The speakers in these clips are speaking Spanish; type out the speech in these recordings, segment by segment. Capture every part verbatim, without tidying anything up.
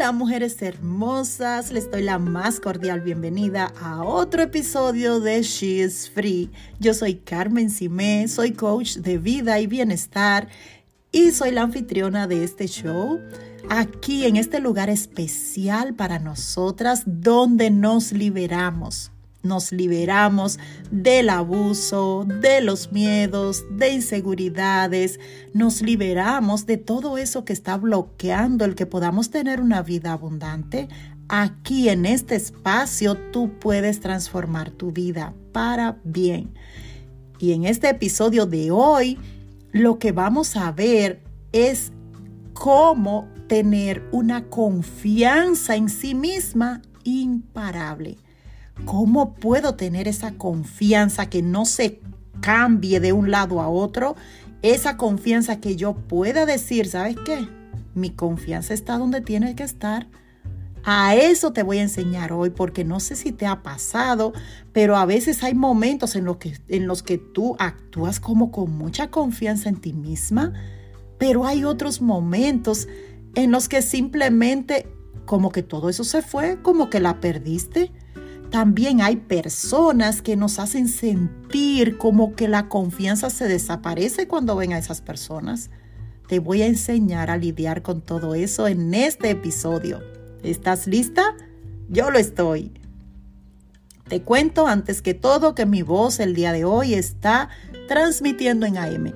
Hola mujeres hermosas, les doy la más cordial bienvenida a otro episodio de She is Free. Yo soy Carmen Simé, soy coach de vida y bienestar y soy la anfitriona de este show, aquí en este lugar especial para nosotras donde nos liberamos. Nos liberamos del abuso, de los miedos, de inseguridades. Nos liberamos de todo eso que está bloqueando el que podamos tener una vida abundante. Aquí en este espacio tú puedes transformar tu vida para bien. Y en este episodio de hoy, lo que vamos a ver es cómo tener una confianza en sí misma imparable. ¿Cómo puedo tener esa confianza que no se cambie de un lado a otro? Esa confianza que yo pueda decir, ¿sabes qué? Mi confianza está donde tiene que estar. A eso te voy a enseñar hoy, porque no sé si te ha pasado, pero a veces hay momentos en los que, en los que tú actúas como con mucha confianza en ti misma, pero hay otros momentos en los que simplemente como que todo eso se fue, como que la perdiste. También hay personas que nos hacen sentir como que la confianza se desaparece cuando ven a esas personas. Te voy a enseñar a lidiar con todo eso en este episodio. ¿Estás lista? Yo lo estoy. Te cuento antes que todo que mi voz el día de hoy está transmitiendo en A M.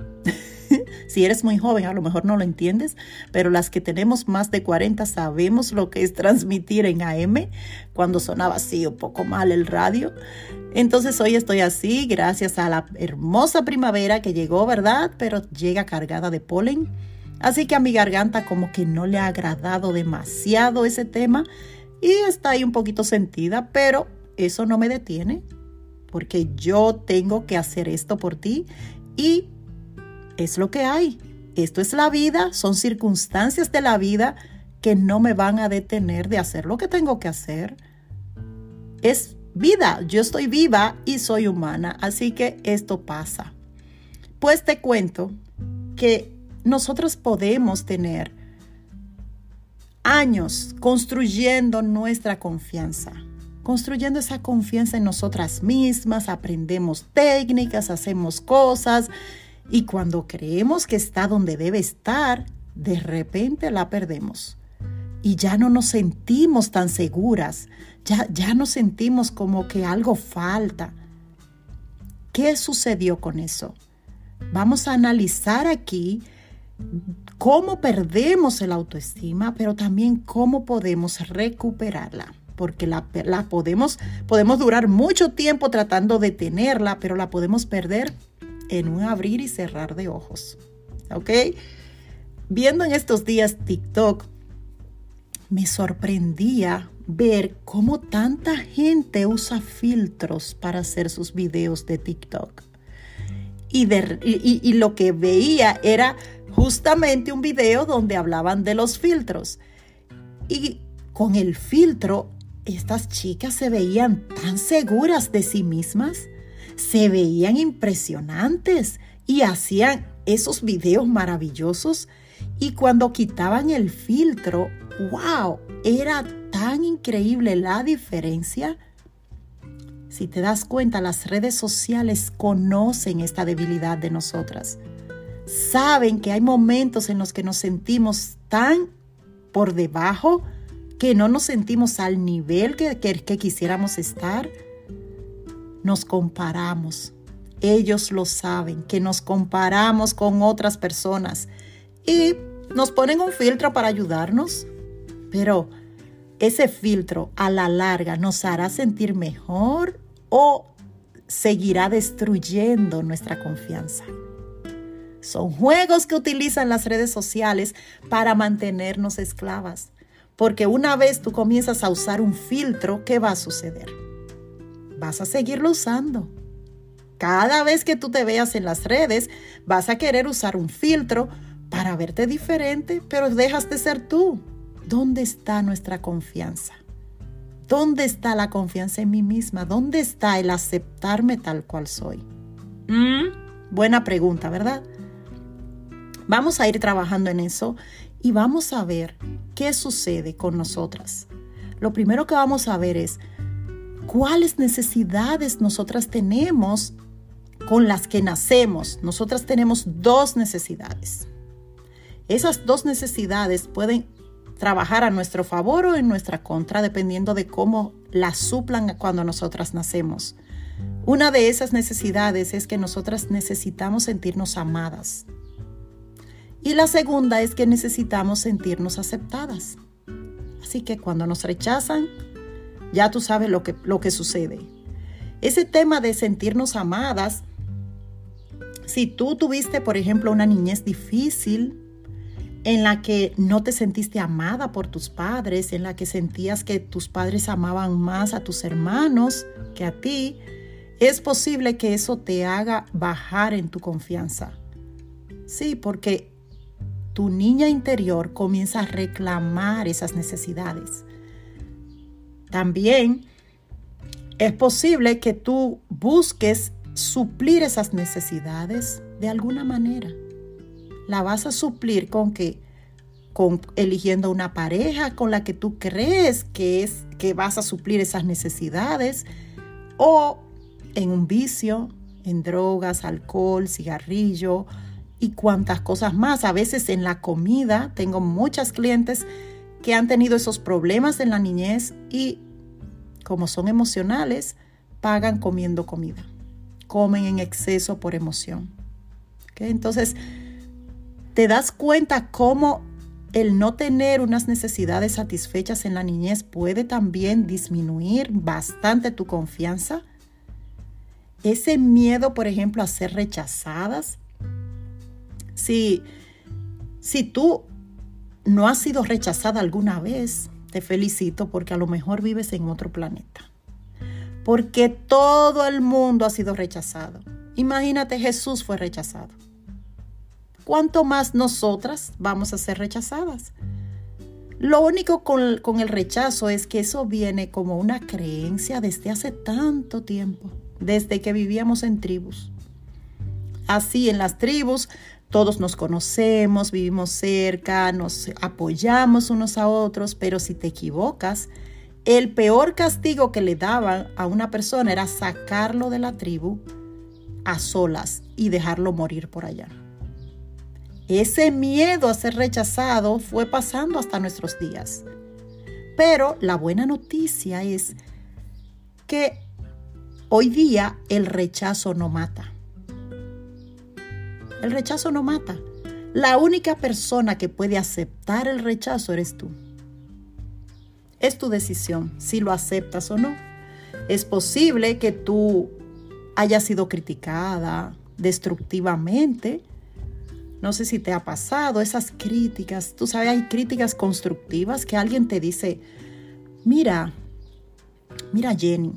Si eres muy joven, a lo mejor no lo entiendes, pero las que tenemos más de cuarenta sabemos lo que es transmitir en A M, cuando sonaba así un poco mal el radio. Entonces hoy estoy así gracias a la hermosa primavera que llegó, ¿verdad? Pero llega cargada de polen. Así que a mi garganta como que no le ha agradado demasiado ese tema y está ahí un poquito sentida, pero eso no me detiene porque yo tengo que hacer esto por ti y es lo que hay. Esto es la vida, son circunstancias de la vida que no me van a detener de hacer lo que tengo que hacer. Es vida, yo estoy viva y soy humana, así que esto pasa. Pues te cuento que nosotros podemos tener años construyendo nuestra confianza, construyendo esa confianza en nosotras mismas, aprendemos técnicas, hacemos cosas. Y cuando creemos que está donde debe estar, de repente la perdemos. Y ya no nos sentimos tan seguras, ya, ya nos sentimos como que algo falta. ¿Qué sucedió con eso? Vamos a analizar aquí cómo perdemos el autoestima, pero también cómo podemos recuperarla. Porque la, la podemos, podemos durar mucho tiempo tratando de tenerla, pero la podemos perder en un abrir y cerrar de ojos, ¿ok? Viendo en estos días TikTok, me sorprendía ver cómo tanta gente usa filtros para hacer sus videos de TikTok. Y, de, y, y lo que veía era justamente un video donde hablaban de los filtros. Y con el filtro, estas chicas se veían tan seguras de sí mismas, se veían impresionantes y hacían esos videos maravillosos. Y cuando quitaban el filtro, ¡wow! Era tan increíble la diferencia. Si te das cuenta, las redes sociales conocen esta debilidad de nosotras. Saben que hay momentos en los que nos sentimos tan por debajo que no nos sentimos al nivel que, que, que quisiéramos estar. Nos comparamos. Ellos lo saben, que nos comparamos con otras personas y nos ponen un filtro para ayudarnos. Pero ese filtro a la larga nos hará sentir mejor o seguirá destruyendo nuestra confianza. Son juegos que utilizan las redes sociales para mantenernos esclavas. Porque una vez tú comienzas a usar un filtro, ¿qué va a suceder? Vas a seguirlo usando. Cada vez que tú te veas en las redes, vas a querer usar un filtro para verte diferente, pero dejas de ser tú. ¿Dónde está nuestra confianza? ¿Dónde está la confianza en mí misma? ¿Dónde está el aceptarme tal cual soy? ¿Mm? Buena pregunta, ¿verdad? Vamos a ir trabajando en eso y vamos a ver qué sucede con nosotras. Lo primero que vamos a ver es cuáles necesidades nosotras tenemos con las que nacemos. Nosotras tenemos dos necesidades. Esas dos necesidades pueden trabajar a nuestro favor o en nuestra contra, dependiendo de cómo las suplan cuando nosotras nacemos. Una de esas necesidades es que nosotras necesitamos sentirnos amadas. Y la segunda es que necesitamos sentirnos aceptadas. Así que cuando nos rechazan, ya tú sabes lo que, lo que sucede. Ese tema de sentirnos amadas, si tú tuviste, por ejemplo, una niñez difícil, en la que no te sentiste amada por tus padres, en la que sentías que tus padres amaban más a tus hermanos que a ti, es posible que eso te haga bajar en tu confianza. Sí, porque tu niña interior comienza a reclamar esas necesidades. También es posible que tú busques suplir esas necesidades de alguna manera. La vas a suplir con que, con eligiendo una pareja con la que tú crees que es que vas a suplir esas necesidades, o en un vicio, en drogas, alcohol, cigarrillo y cuantas cosas más. A veces en la comida, tengo muchas clientes que han tenido esos problemas en la niñez y como son emocionales, pagan comiendo comida. Comen en exceso por emoción. ¿Okay? Entonces, te das cuenta cómo el no tener unas necesidades satisfechas en la niñez puede también disminuir bastante tu confianza. Ese miedo, por ejemplo, a ser rechazadas. Si, si tú no has sido rechazada alguna vez, te felicito porque a lo mejor vives en otro planeta. Porque todo el mundo ha sido rechazado. Imagínate, Jesús fue rechazado. ¿Cuánto más nosotras vamos a ser rechazadas? Lo único con, con el rechazo es que eso viene como una creencia desde hace tanto tiempo, desde que vivíamos en tribus. Así, en las tribus, todos nos conocemos, vivimos cerca, nos apoyamos unos a otros, pero si te equivocas, el peor castigo que le daban a una persona era sacarlo de la tribu a solas y dejarlo morir por allá. Ese miedo a ser rechazado fue pasando hasta nuestros días. Pero la buena noticia es que hoy día el rechazo no mata. El rechazo no mata. La única persona que puede aceptar el rechazo eres tú. Es tu decisión si lo aceptas o no. Es posible que tú hayas sido criticada destructivamente. No sé si te ha pasado esas críticas. Tú sabes, hay críticas constructivas que alguien te dice, mira, mira Jenny,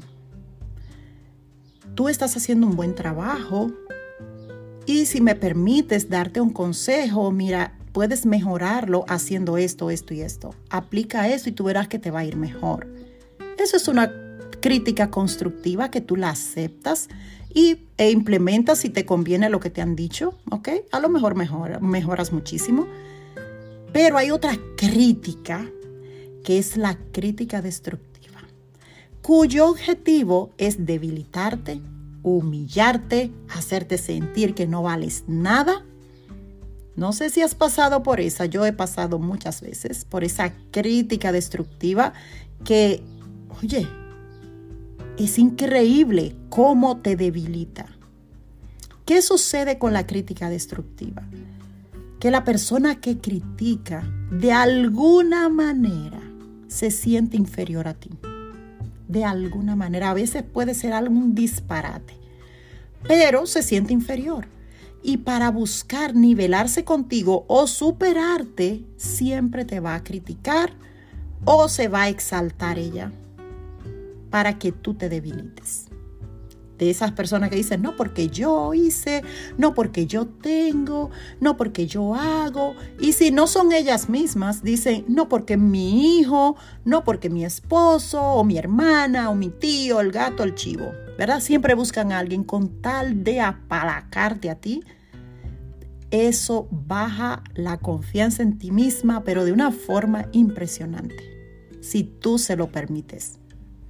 tú estás haciendo un buen trabajo y si me permites darte un consejo, mira, puedes mejorarlo haciendo esto, esto y esto. Aplica eso y tú verás que te va a ir mejor. Eso es una crítica constructiva que tú la aceptas y, e implementas si te conviene lo que te han dicho, ¿ok? A lo mejor mejora, mejoras muchísimo. Pero hay otra crítica que es la crítica destructiva, cuyo objetivo es debilitarte, humillarte, hacerte sentir que no vales nada. No sé si has pasado por esa, yo he pasado muchas veces por esa crítica destructiva que, oye, es increíble cómo te debilita. ¿Qué sucede con la crítica destructiva? Que la persona que critica de alguna manera se siente inferior a ti. De alguna manera. A veces puede ser algún disparate, pero se siente inferior. Y para buscar nivelarse contigo o superarte, siempre te va a criticar o se va a exaltar ella para que tú te debilites. De esas personas que dicen, no porque yo hice, no porque yo tengo, no porque yo hago. Y si no son ellas mismas, dicen, no porque mi hijo, no porque mi esposo, o mi hermana, o mi tío, el gato, el chivo. ¿Verdad? Siempre buscan a alguien con tal de apalacarte a ti. eso baja la confianza en ti misma, pero de una forma impresionante, si tú se lo permites.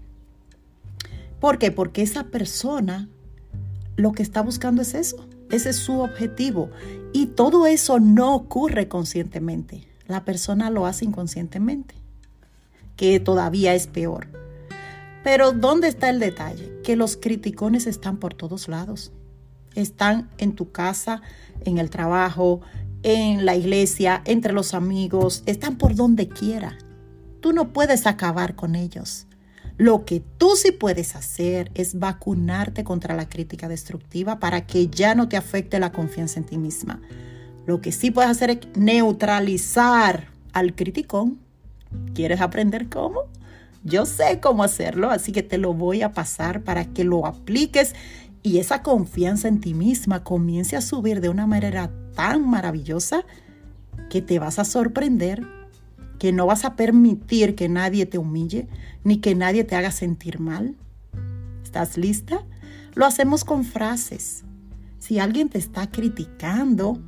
¿Por qué? Porque esa persona lo que está buscando es eso. Ese es su objetivo. Y todo eso no ocurre conscientemente. La persona lo hace inconscientemente, que todavía es peor. Pero ¿dónde está el detalle? Que los criticones están por todos lados. Están en tu casa, en el trabajo, en la iglesia, entre los amigos. Están por donde quiera. Tú no puedes acabar con ellos. Lo que tú sí puedes hacer es vacunarte contra la crítica destructiva para que ya no te afecte la confianza en ti misma. Lo que sí puedes hacer es neutralizar al criticón. ¿Quieres aprender cómo? Yo sé cómo hacerlo, así que te lo voy a pasar para que lo apliques y esa confianza en ti misma comience a subir de una manera tan maravillosa que te vas a sorprender, que no vas a permitir que nadie te humille, ni que nadie te haga sentir mal. ¿Estás lista? Lo hacemos con frases. Si alguien te está criticando,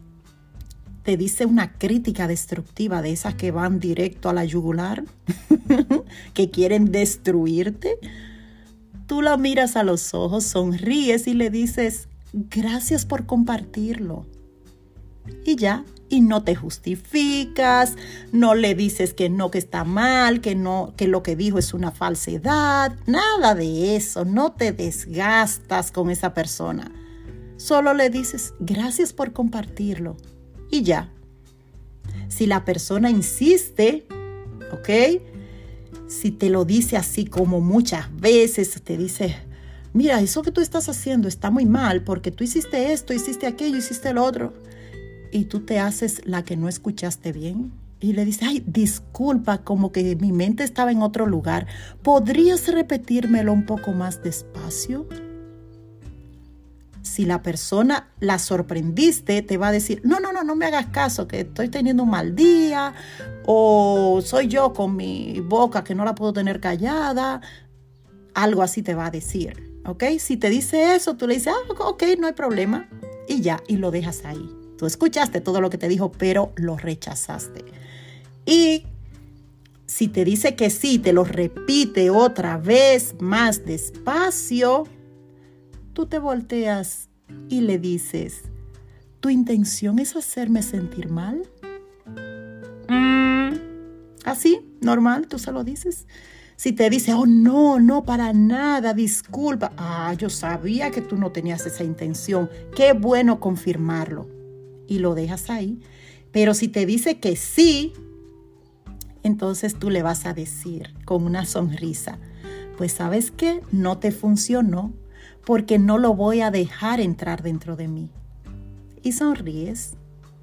te dice una crítica destructiva de esas que van directo a la yugular, que quieren destruirte, tú la miras a los ojos, sonríes y le dices, gracias por compartirlo. Y ya, y no te justificas, no le dices que no, que está mal, que no, que lo que dijo es una falsedad, nada de eso, no te desgastas con esa persona. Solo le dices, gracias por compartirlo. Y ya. Si la persona insiste, ¿ok? Si te lo dice así como muchas veces, te dice, mira, eso que tú estás haciendo está muy mal porque tú hiciste esto, hiciste aquello, hiciste lo otro. Y tú te haces la que no escuchaste bien. Y le dices, ay, disculpa, como que mi mente estaba en otro lugar. ¿Podrías repetírmelo un poco más despacio? Si la persona la sorprendiste, te va a decir, no, no, no, no me hagas caso, que estoy teniendo un mal día, o soy yo con mi boca que no la puedo tener callada. Algo así te va a decir, ¿ok? Si te dice eso, tú le dices, ah, ok, no hay problema, y ya, y lo dejas ahí. Tú escuchaste todo lo que te dijo, pero lo rechazaste. Y si te dice que sí, te lo repite otra vez más despacio, tú te volteas y le dices, ¿tu intención es hacerme sentir mal? Mm, así, normal, tú se lo dices. Si te dice, oh, no, no, para nada, disculpa. Ah, yo sabía que tú no tenías esa intención. Qué bueno confirmarlo. Y lo dejas ahí. Pero si te dice que sí, entonces tú le vas a decir con una sonrisa, pues ¿sabes qué? No te funcionó porque no lo voy a dejar entrar dentro de mí. Y sonríes.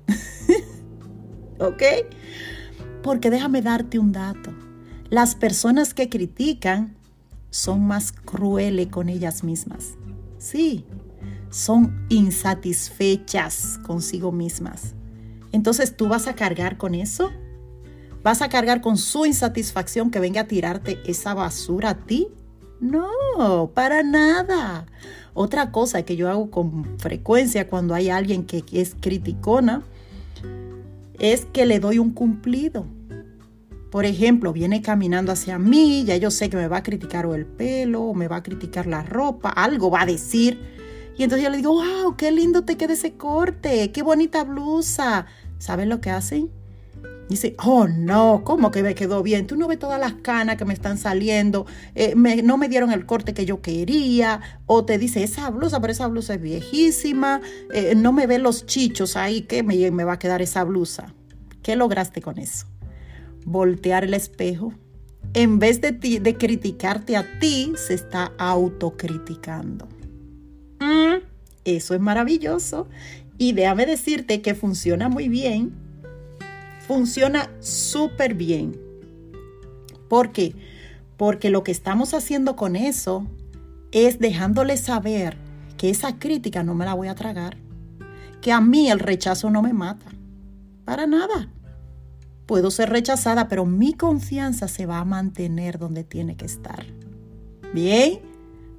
¿Ok? Porque déjame darte un dato. Las personas que critican son más crueles con ellas mismas. Sí, son insatisfechas consigo mismas. Entonces, ¿tú vas a cargar con eso? ¿Vas a cargar con su insatisfacción que venga a tirarte esa basura a ti? No, para nada. Otra cosa que yo hago con frecuencia cuando hay alguien que es criticona es que le doy un cumplido. Por ejemplo, viene caminando hacia mí, ya yo sé que me va a criticar o el pelo, o me va a criticar la ropa, algo va a decir. Y entonces yo le digo, wow, qué lindo te queda ese corte, qué bonita blusa. ¿Sabes lo que hacen? Dice, oh no, ¿cómo que me quedó bien? Tú no ves todas las canas que me están saliendo, eh, me, no me dieron el corte que yo quería. O te dice, esa blusa, pero esa blusa es viejísima, eh, no me ven los chichos ahí, ¿qué me, me va a quedar esa blusa? ¿Qué lograste con eso? Voltear el espejo. En vez de, ti, de criticarte a ti, se está autocriticando. Mm, eso es maravilloso. Y déjame decirte que funciona muy bien. Funciona súper bien. ¿Por qué? Porque lo que estamos haciendo con eso es dejándole saber que esa crítica no me la voy a tragar. Que a mí el rechazo no me mata. Para nada. Puedo ser rechazada, pero mi confianza se va a mantener donde tiene que estar. Bien,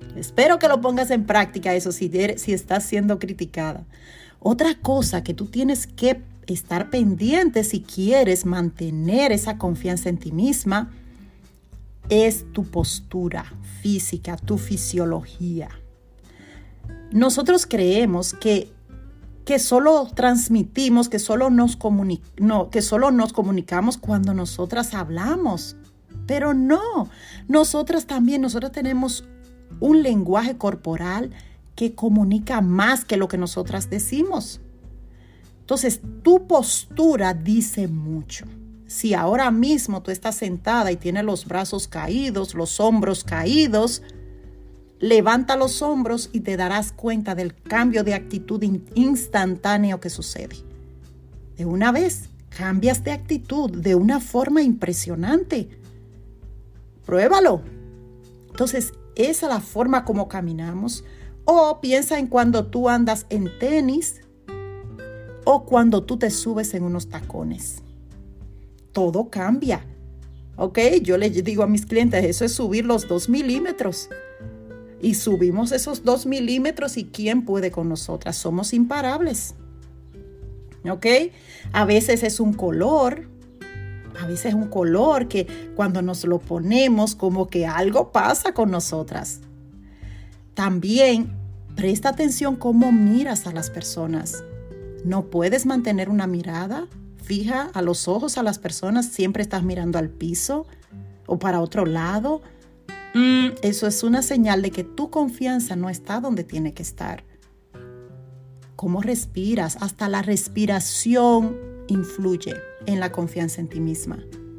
Espero que lo pongas en práctica eso si, si estás siendo criticada. Otra cosa que tú tienes que estar pendiente si quieres mantener esa confianza en ti misma es tu postura física, tu fisiología. Nosotros creemos que, que solo transmitimos, que solo, nos comuni- no, que solo nos comunicamos cuando nosotras hablamos, pero no. Nosotras también, nosotras tenemos un lenguaje corporal que comunica más que lo que nosotras decimos. Entonces, tu postura dice mucho. Si ahora mismo tú estás sentada y tienes los brazos caídos, los hombros caídos, levanta los hombros y te darás cuenta del cambio de actitud instantáneo que sucede. De una vez, cambias de actitud de una forma impresionante. Pruébalo. Entonces, esa es la forma como caminamos. O piensa en cuando tú andas en tenis o cuando tú te subes en unos tacones. Todo cambia. ¿Ok? Yo les digo a mis clientes, eso es subir los dos milímetros. Y subimos esos dos milímetros y ¿quién puede con nosotras? Somos imparables. ¿Ok? A veces es un color. A veces es un color que cuando nos lo ponemos como que algo pasa con nosotras. También presta atención cómo miras a las personas. No puedes mantener una mirada fija a los ojos a las personas. Siempre estás mirando al piso o para otro lado. Mm, eso es una señal de que tu confianza no está donde tiene que estar. ¿Cómo respiras? Hasta la respiración influye en la confianza en ti misma.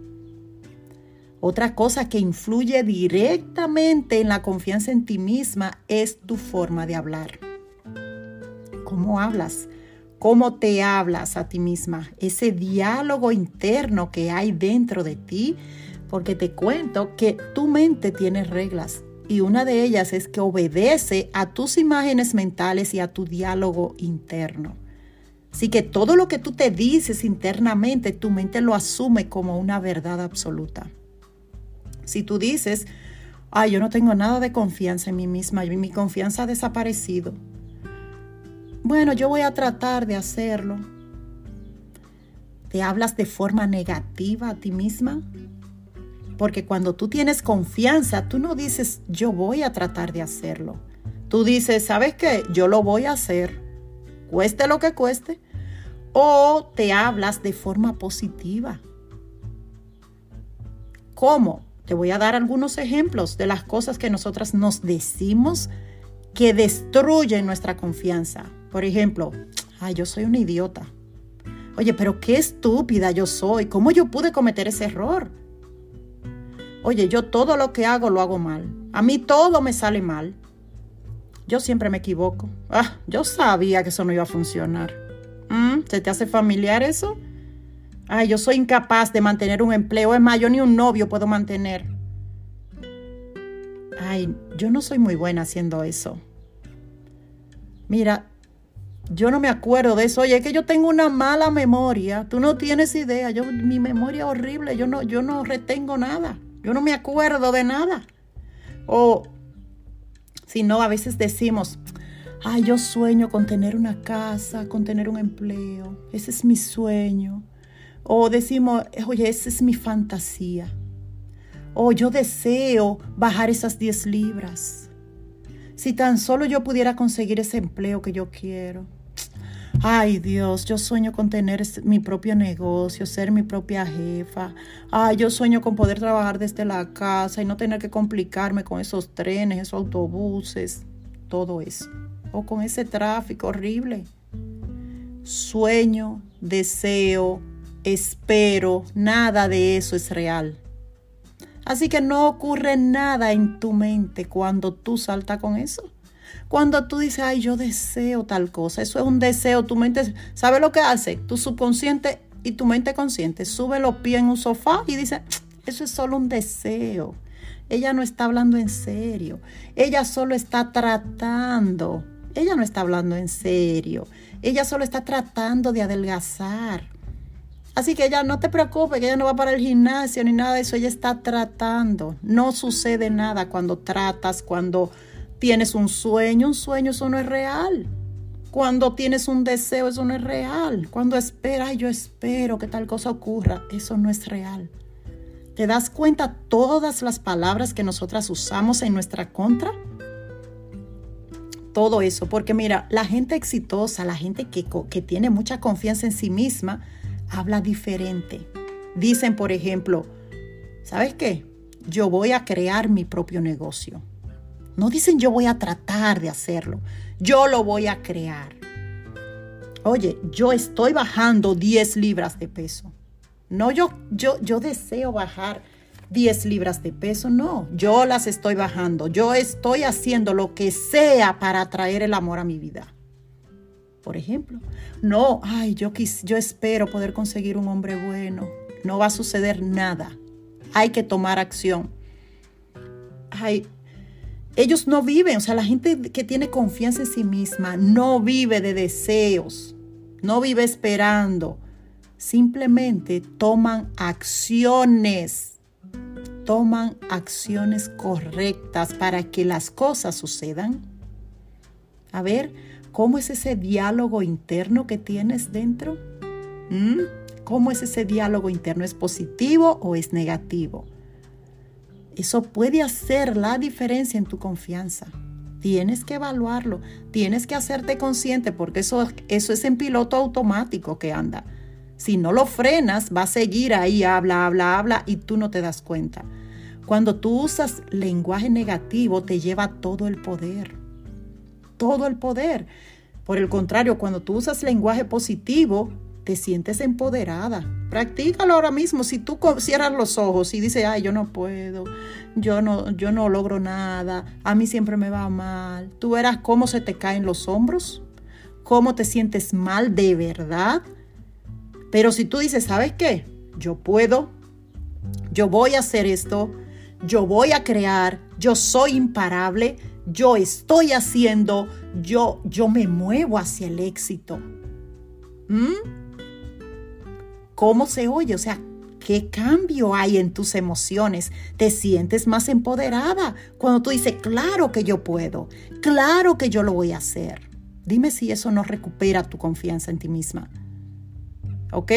Otra cosa que influye directamente en la confianza en ti misma es tu forma de hablar. ¿Cómo hablas? ¿Cómo te hablas a ti misma? Ese diálogo interno que hay dentro de ti, porque te cuento que tu mente tiene reglas y una de ellas es que obedece a tus imágenes mentales y a tu diálogo interno. Así que todo lo que tú te dices internamente, tu mente lo asume como una verdad absoluta. Si tú dices, ay, yo no tengo nada de confianza en mí misma, mi confianza ha desaparecido. Bueno, yo voy a tratar de hacerlo. ¿Te hablas de forma negativa a ti misma? Porque cuando tú tienes confianza, tú no dices, yo voy a tratar de hacerlo. Tú dices, ¿sabes qué? Yo lo voy a hacer, cueste lo que cueste. O te hablas de forma positiva. ¿Cómo? Te voy a dar algunos ejemplos de las cosas que nosotras nos decimos que destruyen nuestra confianza. Por ejemplo, ay, yo soy una idiota. Oye, pero qué estúpida yo soy. ¿Cómo yo pude cometer ese error? Oye, yo todo lo que hago lo hago mal. A mí todo me sale mal. Yo siempre me equivoco. Ah, yo sabía que eso no iba a funcionar. ¿Mm? ¿Se te hace familiar eso? Ay, yo soy incapaz de mantener un empleo. Es más, yo ni un novio puedo mantener. Ay, yo no soy muy buena haciendo eso. Mira, yo no me acuerdo de eso. Oye, es que yo tengo una mala memoria. Tú no tienes idea. Yo, mi memoria es horrible. Yo no, yo no retengo nada. Yo no me acuerdo de nada. O, si no, a veces decimos, ay, yo sueño con tener una casa, con tener un empleo. Ese es mi sueño. O decimos, oye, esa es mi fantasía. O yo deseo bajar esas diez libras. Si tan solo yo pudiera conseguir ese empleo que yo quiero. Ay, Dios, yo sueño con tener mi propio negocio, ser mi propia jefa. Ay, yo sueño con poder trabajar desde la casa y no tener que complicarme con esos trenes, esos autobuses, todo eso. O con ese tráfico horrible. Sueño, deseo, espero, nada de eso es real. Así que no ocurre nada en tu mente cuando tú saltas con eso. Cuando tú dices, ay, yo deseo tal cosa, eso es un deseo. Tu mente, ¿sabe lo que hace? Tu subconsciente y tu mente consciente sube los pies en un sofá y dice, eso es solo un deseo. Ella no está hablando en serio. Ella solo está tratando. Ella no está hablando en serio. Ella solo está tratando de adelgazar. Así que ella no te preocupes, que ella no va para el gimnasio ni nada de eso. Ella está tratando. No sucede nada cuando tratas, cuando tienes un sueño, un sueño, eso no es real. Cuando tienes un deseo, eso no es real. Cuando esperas, ay, yo espero que tal cosa ocurra, eso no es real. ¿Te das cuenta todas las palabras que nosotras usamos en nuestra contra? Todo eso, porque mira, la gente exitosa, la gente que, que tiene mucha confianza en sí misma, habla diferente. Dicen, por ejemplo, ¿sabes qué? Yo voy a crear mi propio negocio. No dicen yo voy a tratar de hacerlo, yo lo voy a crear. Oye, yo estoy bajando diez libras de peso. No, yo, yo, yo deseo bajar diez libras de peso, no, yo las estoy bajando. Yo estoy haciendo lo que sea para atraer el amor a mi vida. Por ejemplo, no, ay, yo, quis, yo espero poder conseguir un hombre bueno. No va a suceder nada. Hay que tomar acción. Ay, ellos no viven, o sea, la gente que tiene confianza en sí misma no vive de deseos, no vive esperando. Simplemente toman acciones, toman acciones correctas para que las cosas sucedan. A ver, ¿cómo es ese diálogo interno que tienes dentro? ¿Mm? ¿Cómo es ese diálogo interno? ¿Es positivo o es negativo? Eso puede hacer la diferencia en tu confianza. Tienes que evaluarlo, tienes que hacerte consciente porque eso, eso es en piloto automático que anda. Si no lo frenas, va a seguir ahí, habla, habla, habla y tú no te das cuenta. Cuando tú usas lenguaje negativo, te lleva todo el poder. Todo el poder. Por el contrario, cuando tú usas lenguaje positivo, te sientes empoderada. Practícalo ahora mismo. Si tú cierras los ojos y dices, ay, yo no puedo, yo no, yo no logro nada, a mí siempre me va mal, tú verás cómo se te caen los hombros, cómo te sientes mal de verdad. Pero si tú dices, ¿sabes qué? Yo puedo, yo voy a hacer esto, yo voy a crear, yo soy imparable, yo estoy haciendo, yo, yo me muevo hacia el éxito. ¿Mm? ¿Cómo se oye? O sea, ¿qué cambio hay en tus emociones? Te sientes más empoderada cuando tú dices, claro que yo puedo, claro que yo lo voy a hacer. Dime si eso no recupera tu confianza en ti misma. ¿Ok?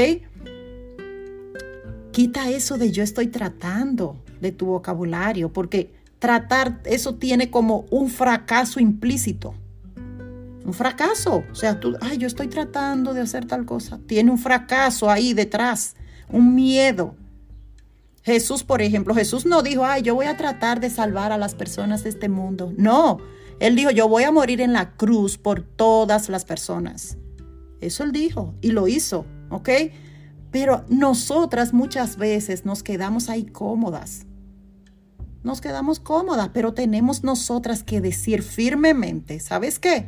Quita eso de yo estoy tratando de tu vocabulario, porque tratar, eso tiene como un fracaso implícito. Un fracaso. O sea, tú, ay, yo estoy tratando de hacer tal cosa. Tiene un fracaso ahí detrás, un miedo. Jesús, por ejemplo, Jesús no dijo, ay, yo voy a tratar de salvar a las personas de este mundo. No, él dijo, yo voy a morir en la cruz por todas las personas. Eso él dijo y lo hizo. ¿Ok? Pero nosotras muchas veces nos quedamos ahí cómodas. Nos quedamos cómodas, pero tenemos nosotras que decir firmemente, ¿sabes qué?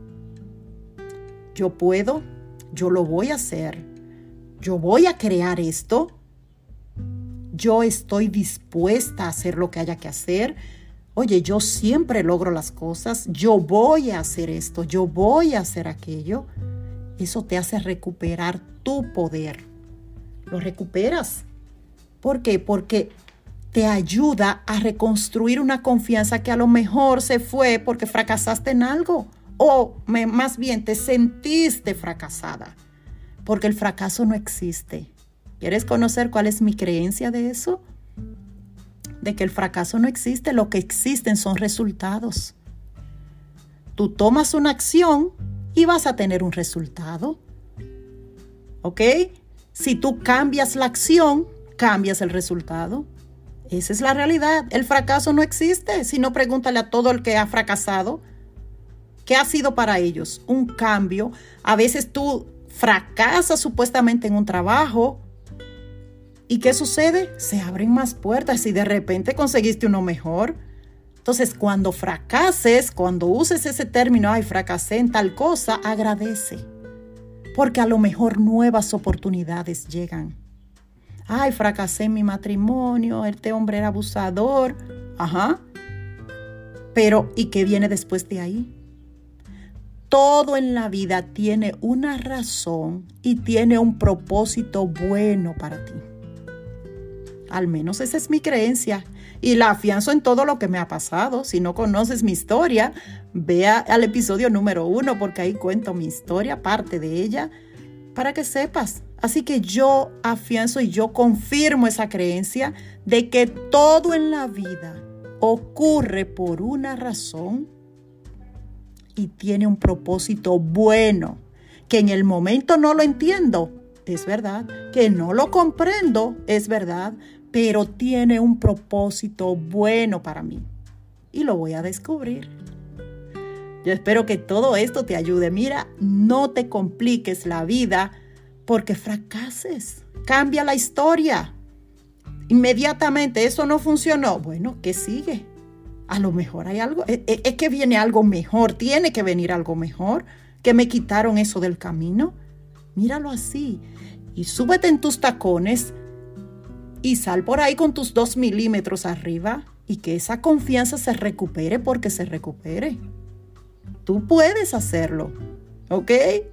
Yo puedo, yo lo voy a hacer, yo voy a crear esto, yo estoy dispuesta a hacer lo que haya que hacer. Oye, yo siempre logro las cosas, yo voy a hacer esto, yo voy a hacer aquello. Eso te hace recuperar tu poder. Lo recuperas. ¿Por qué? Porque te ayuda a reconstruir una confianza que a lo mejor se fue porque fracasaste en algo. O me, más bien te sentiste fracasada. Porque el fracaso no existe. ¿Quieres conocer cuál es mi creencia de eso? De que el fracaso no existe. Lo que existen son resultados. Tú tomas una acción y vas a tener un resultado. ¿Ok? Si tú cambias la acción, cambias el resultado. Esa es la realidad. El fracaso no existe. Si no, pregúntale a todo el que ha fracasado. ¿Qué ha sido para ellos? Un cambio. A veces tú fracasas supuestamente en un trabajo. ¿Y qué sucede? Se abren más puertas y de repente conseguiste uno mejor. Entonces, cuando fracases, cuando uses ese término, ay, fracasé en tal cosa, agradece. Porque a lo mejor nuevas oportunidades llegan. Ay, fracasé en mi matrimonio, este hombre era abusador. Ajá. Pero, ¿y qué viene después de ahí? Todo en la vida tiene una razón y tiene un propósito bueno para ti. Al menos esa es mi creencia. y la afianzo en todo lo que me ha pasado. Si no conoces mi historia, vea al episodio número uno porque ahí cuento mi historia, parte de ella, para que sepas. Así que yo afianzo y yo confirmo esa creencia de que todo en la vida ocurre por una razón y tiene un propósito bueno, que en el momento no lo entiendo, es verdad, que no lo comprendo, es verdad, pero tiene un propósito bueno para mí y lo voy a descubrir. Yo espero que todo esto te ayude. Mira, no te compliques la vida porque fracases. Cambia la historia. Inmediatamente eso no funcionó. Bueno, ¿qué sigue? A lo mejor hay algo, es, es que viene algo mejor, tiene que venir algo mejor, que me quitaron eso del camino. Míralo así y súbete en tus tacones y sal por ahí con tus dos milímetros arriba y que esa confianza se recupere porque se recupere. Tú puedes hacerlo, ¿ok?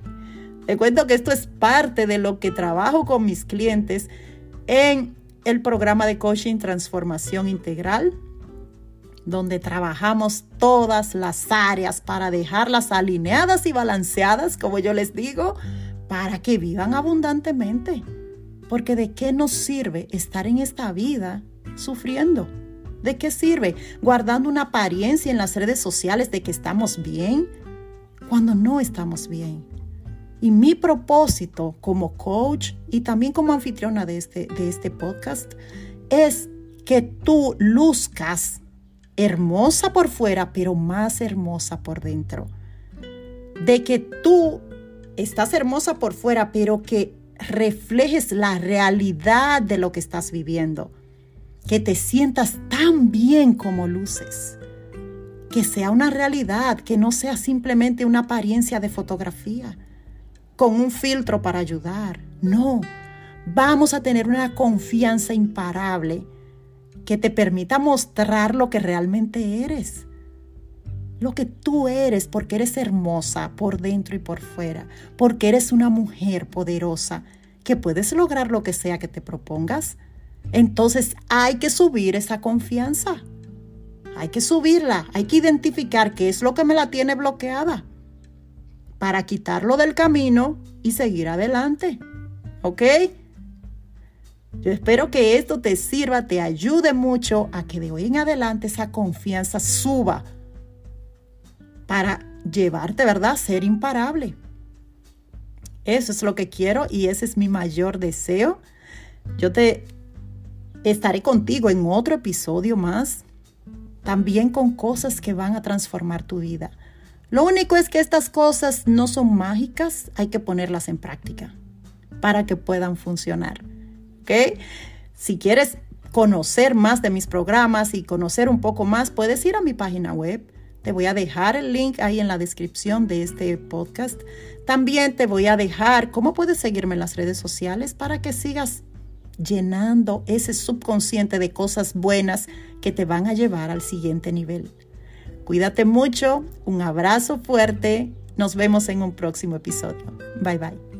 Te cuento que esto es parte de lo que trabajo con mis clientes en el programa de coaching Transformación Integral, donde trabajamos todas las áreas para dejarlas alineadas y balanceadas, como yo les digo, para que vivan abundantemente. Porque ¿de qué nos sirve estar en esta vida sufriendo? ¿De qué sirve guardando una apariencia en las redes sociales de que estamos bien cuando no estamos bien? Y mi propósito como coach y también como anfitriona de este, de este podcast es que tú luzcas hermosa por fuera, pero más hermosa por dentro. De que tú estás hermosa por fuera, pero que reflejes la realidad de lo que estás viviendo. Que te sientas tan bien como luces. Que sea una realidad, que no sea simplemente una apariencia de fotografía con un filtro para ayudar. No, vamos a tener una confianza imparable que te permita mostrar lo que realmente eres. Lo que tú eres, porque eres hermosa por dentro y por fuera, porque eres una mujer poderosa, que puedes lograr lo que sea que te propongas. Entonces hay que subir esa confianza. Hay que subirla, hay que identificar qué es lo que me la tiene bloqueada para quitarlo del camino y seguir adelante. ¿Ok? Yo espero que esto te sirva, te ayude mucho a que de hoy en adelante esa confianza suba para llevarte, ¿verdad?, a ser imparable. Eso es lo que quiero y ese es mi mayor deseo. Yo te estaré contigo en otro episodio más, también con cosas que van a transformar tu vida. Lo único es que estas cosas no son mágicas, hay que ponerlas en práctica para que puedan funcionar. ¿Ok? Si quieres conocer más de mis programas y conocer un poco más, puedes ir a mi página web. Te voy a dejar el link ahí en la descripción de este podcast. También te voy a dejar cómo puedes seguirme en las redes sociales para que sigas llenando ese subconsciente de cosas buenas que te van a llevar al siguiente nivel. Cuídate mucho, un abrazo fuerte. Nos vemos en un próximo episodio. Bye bye.